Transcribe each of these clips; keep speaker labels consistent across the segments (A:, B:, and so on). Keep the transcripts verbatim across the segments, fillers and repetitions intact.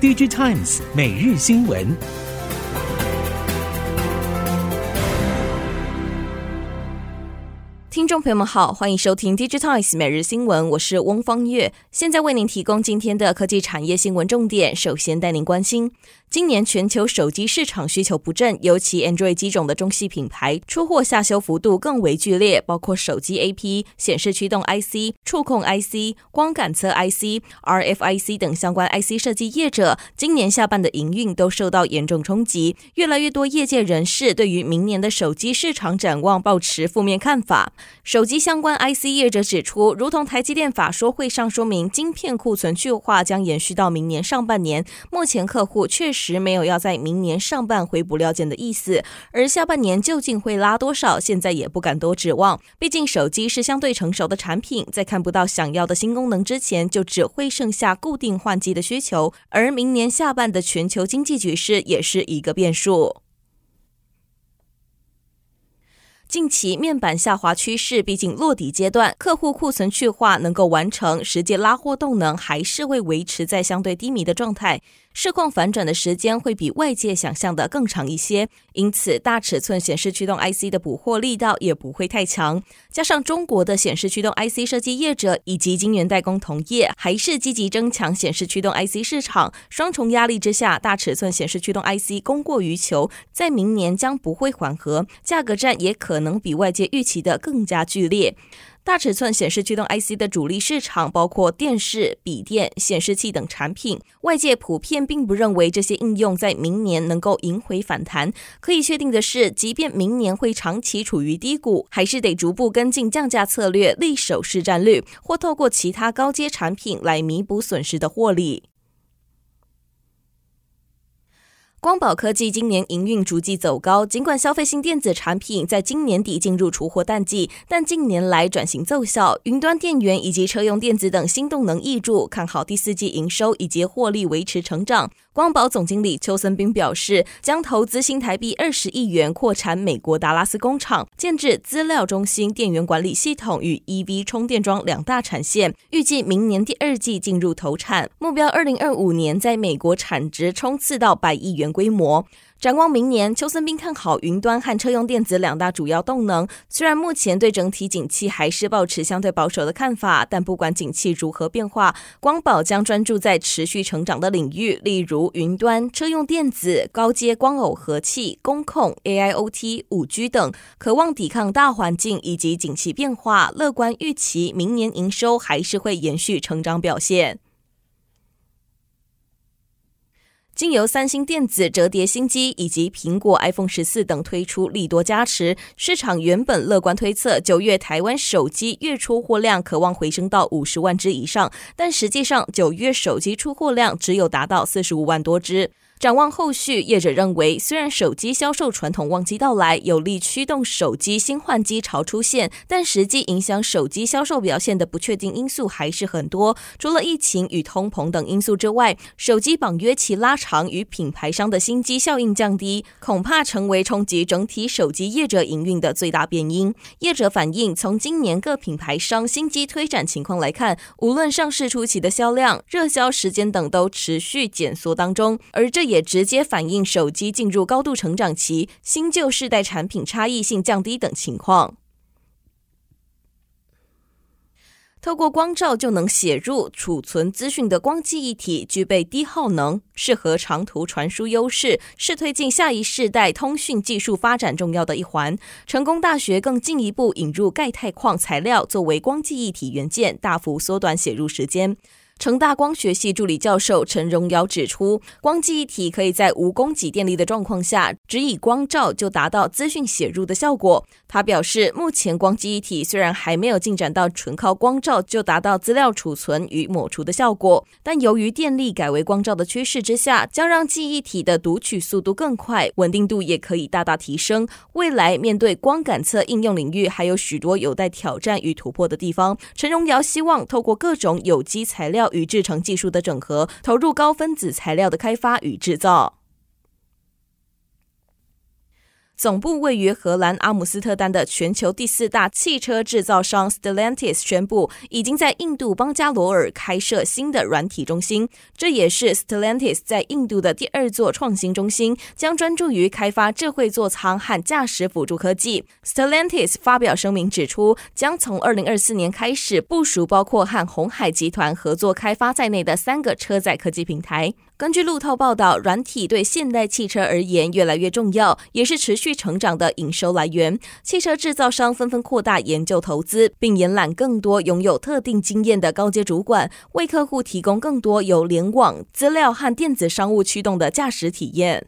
A: D J Times 每日新闻。
B: 听众朋友们好，欢迎收听 D J Times 每日新闻，我是翁方月，现在为您提供今天的科技产业新闻重点。首先带您关心，今年全球手机市场需求不振，尤其 Android 机种的中系品牌出货下修幅度更为剧烈，包括手机 A P、显示驱动 I C、触控 I C、光感测 I C、R F I C 等相关 I C 设计业者，今年下半的营运都受到严重冲击。越来越多业界人士对于明年的手机市场展望抱持负面看法。手机相关 I C 业者指出，如同台积电法说会上说明，晶片库存去化将延续到明年上半年，目前客户确实没有要在明年上半回补料件的意思，而下半年究竟会拉多少，现在也不敢多指望，毕竟手机是相对成熟的产品，在看不到想要的新功能之前，就只会剩下固定换机的需求，而明年下半的全球经济局势也是一个变数。近期面板下滑趋势毕竟落底阶段，客户库存去化能够完成，实际拉货动能还是会维持在相对低迷的状态，市况反转的时间会比外界想象的更长一些，因此大尺寸显示驱动 I C 的补货力道也不会太强，加上中国的显示驱动 I C 设计业者以及晶圆代工同业还是积极增强显示驱动 I C 市场，双重压力之下，大尺寸显示驱动 I C 供过于求，在明年将不会缓和，价格战也可能比外界预期的更加剧烈。大尺寸显示驱动 I C 的主力市场包括电视、笔电、显示器等产品，外界普遍并不认为这些应用在明年能够迎回反弹。可以确定的是，即便明年会长期处于低谷，还是得逐步跟进降价策略，力守市占率，或透过其他高阶产品来弥补损失的获利。光宝科技今年营运逐季走高，尽管消费性电子产品在今年底进入出货淡季，但近年来转型奏效，云端电源以及车用电子等新动能挹注，看好第四季营收以及获利维持成长。光宝总经理邱森斌表示，将投资新台币二十亿元扩产美国达拉斯工厂，建置资料中心、电源管理系统与 E V 充电桩两大产线，预计明年第二季进入投产，目标二零二五年在美国产值冲刺到百亿元规模。展望明年，邱森斌看好云端和车用电子两大主要动能，虽然目前对整体景气还是抱持相对保守的看法，但不管景气如何变化，光宝将专注在持续成长的领域，例如云端、车用电子、高阶光耦合器、工控、A I O T、五 G 等，渴望抵抗大环境以及景气变化，乐观预期明年营收还是会延续成长表现。经由三星电子折叠新机以及苹果 iPhone 十四等推出利多加持，市场原本乐观推测九月台湾手机月出货量可望回升到五十万只以上，但实际上九月手机出货量只有达到四十五万多只。展望后续，业者认为，虽然手机销售传统旺季到来，有力驱动手机新换机潮出现，但实际影响手机销售表现的不确定因素还是很多。除了疫情与通膨等因素之外，手机绑约期拉长与品牌商的新机效应降低，恐怕成为冲击整体手机业者营运的最大变因。业者反映，从今年各品牌商新机推展情况来看，无论上市初期的销量、热销时间等都持续减缩当中，而这也也直接反映手机进入高度成长期，新旧世代产品差异性降低等情况。透过光照就能写入、储存资讯的光记忆体具备低耗能，适合长途传输优势，是推进下一世代通讯技术发展重要的一环。成功大学更进一步引入钙钛矿材料作为光记忆体元件，大幅缩短写入时间。成大光学系助理教授陈荣尧指出，光记忆体可以在无供给电力的状况下，只以光照就达到资讯写入的效果。他表示，目前光记忆体虽然还没有进展到纯靠光照就达到资料储存与抹除的效果，但由于电力改为光照的趋势之下，将让记忆体的读取速度更快，稳定度也可以大大提升。未来面对光感测应用领域还有许多有待挑战与突破的地方，陈荣尧希望透过各种有机材料与制成技术的整合，投入高分子材料的开发与制造。 总部位于荷兰阿姆斯特丹的全球第四大汽车制造商 Stellantis 宣布，已经在印度邦加罗尔开设新的软体中心，这也是 Stellantis 在印度的第二座创新中心，将专注于开发智慧座舱和驾驶辅助科技。 Stellantis 发表声明指出，将从二零二四年开始部署包括和鸿海集团合作开发在内的三个车载科技平台。根据路透报道，软体对现代汽车而言越来越重要，也是持续成长的营收来源。汽车制造商纷纷扩大研究投资，并延揽更多拥有特定经验的高阶主管，为客户提供更多由联网、资料和电子商务驱动的驾驶体验。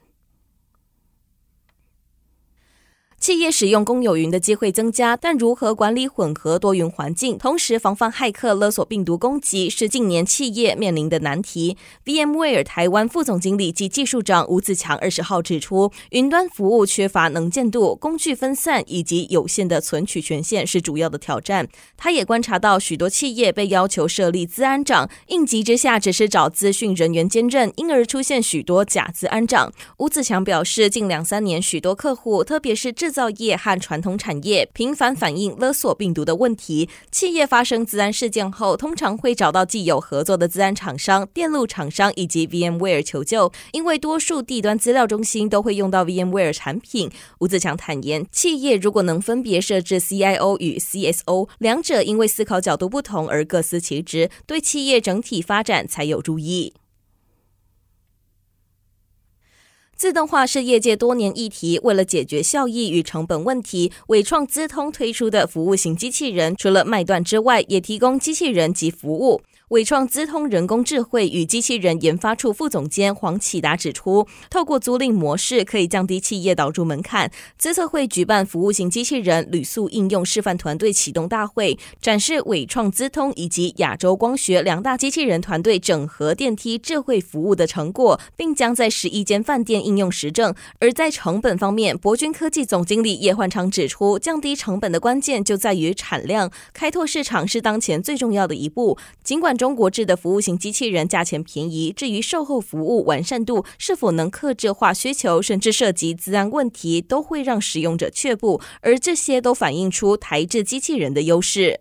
B: 企业使用公有云的机会增加，但如何管理混合多云环境，同时防范骇客勒索病毒攻击，是近年企业面临的难题。 VMware 台湾副总经理及技术长吴自强二十号指出，云端服务缺乏能见度、工具分散以及有限的存取权限是主要的挑战。他也观察到许多企业被要求设立资安长，应急之下只是找资讯人员兼任，因而出现许多假资安长。吴自强表示，近两三年许多客户，特别是制造业和传统产业频繁反映勒索病毒的问题，企业发生资安事件后，通常会找到既有合作的资安厂商、电路厂商以及 VMware 求救，因为多数地端资料中心都会用到 VMware 产品。吴自强坦言，企业如果能分别设置 C I O 与 C S O， 两者因为思考角度不同而各司其职，对企业整体发展才有助益。自动化是业界多年议题，为了解决效益与成本问题，伟创资通推出的服务型机器人，除了卖断之外，也提供机器人及服务。伟创资通人工智慧与机器人研发处副总监黄启达指出，透过租赁模式可以降低企业导入门槛。资策会举办服务型机器人旅宿应用示范团队启动大会，展示伟创资通以及亚洲光学两大机器人团队整合电梯智慧服务的成果，并将在十一间饭店应用实证。而在成本方面，博君科技总经理叶焕昌指出，降低成本的关键就在于产量，开拓市场是当前最重要的一步。尽管中国制的服务型机器人价钱便宜，至于售后服务完善度是否能客制化需求，甚至涉及资安问题，都会让使用者却步，而这些都反映出台制机器人的优势。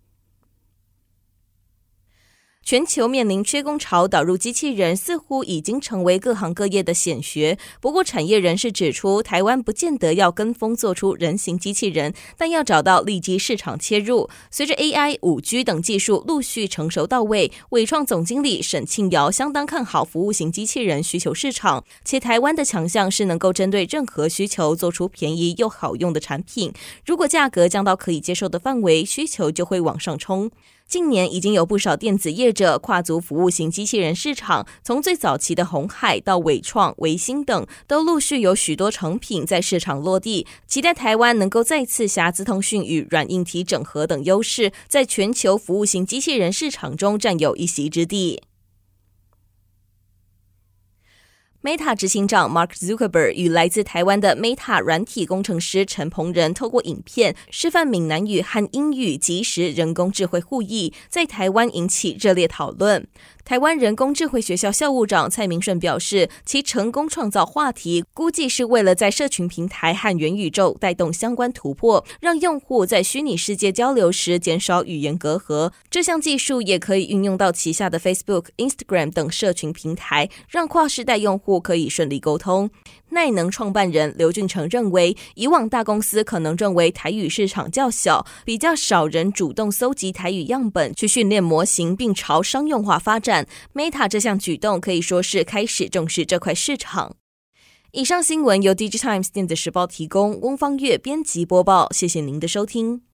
B: 全球面临缺工潮，导入机器人似乎已经成为各行各业的显学。不过产业人士指出，台湾不见得要跟风做出人形机器人，但要找到利基市场切入。随着 A I、五 G 等技术陆续成熟到位，伟创总经理沈庆尧相当看好服务型机器人需求市场，且台湾的强项是能够针对任何需求做出便宜又好用的产品。如果价格降到可以接受的范围，需求就会往上冲。近年已经有不少电子业者跨足服务型机器人市场，从最早期的鸿海到伟创、微星等，都陆续有许多成品在市场落地。期待台湾能够再次挟资通讯与软硬体整合等优势，在全球服务型机器人市场中占有一席之地。Meta 执行长 Mark Zuckerberg 与来自台湾的 Meta 软体工程师陈鹏仁透过影片示范闽南语和英语即时人工智慧互译，在台湾引起热烈讨论。台湾人工智慧学校校务长蔡明顺表示，其成功创造话题，估计是为了在社群平台和元宇宙带动相关突破，让用户在虚拟世界交流时减少语言隔阂。这项技术也可以运用到旗下的 Facebook、Instagram 等社群平台，让跨世代用户可以顺利沟通。耐能创办人刘俊成认为，以往大公司可能认为台语市场较小，比较少人主动搜集台语样本去训练模型并朝商用化发展。Meta 这项举动可以说是开始重视这块市场。以上新闻由 Digitimes 电子时报提供，翁方月编辑播报，谢谢您的收听。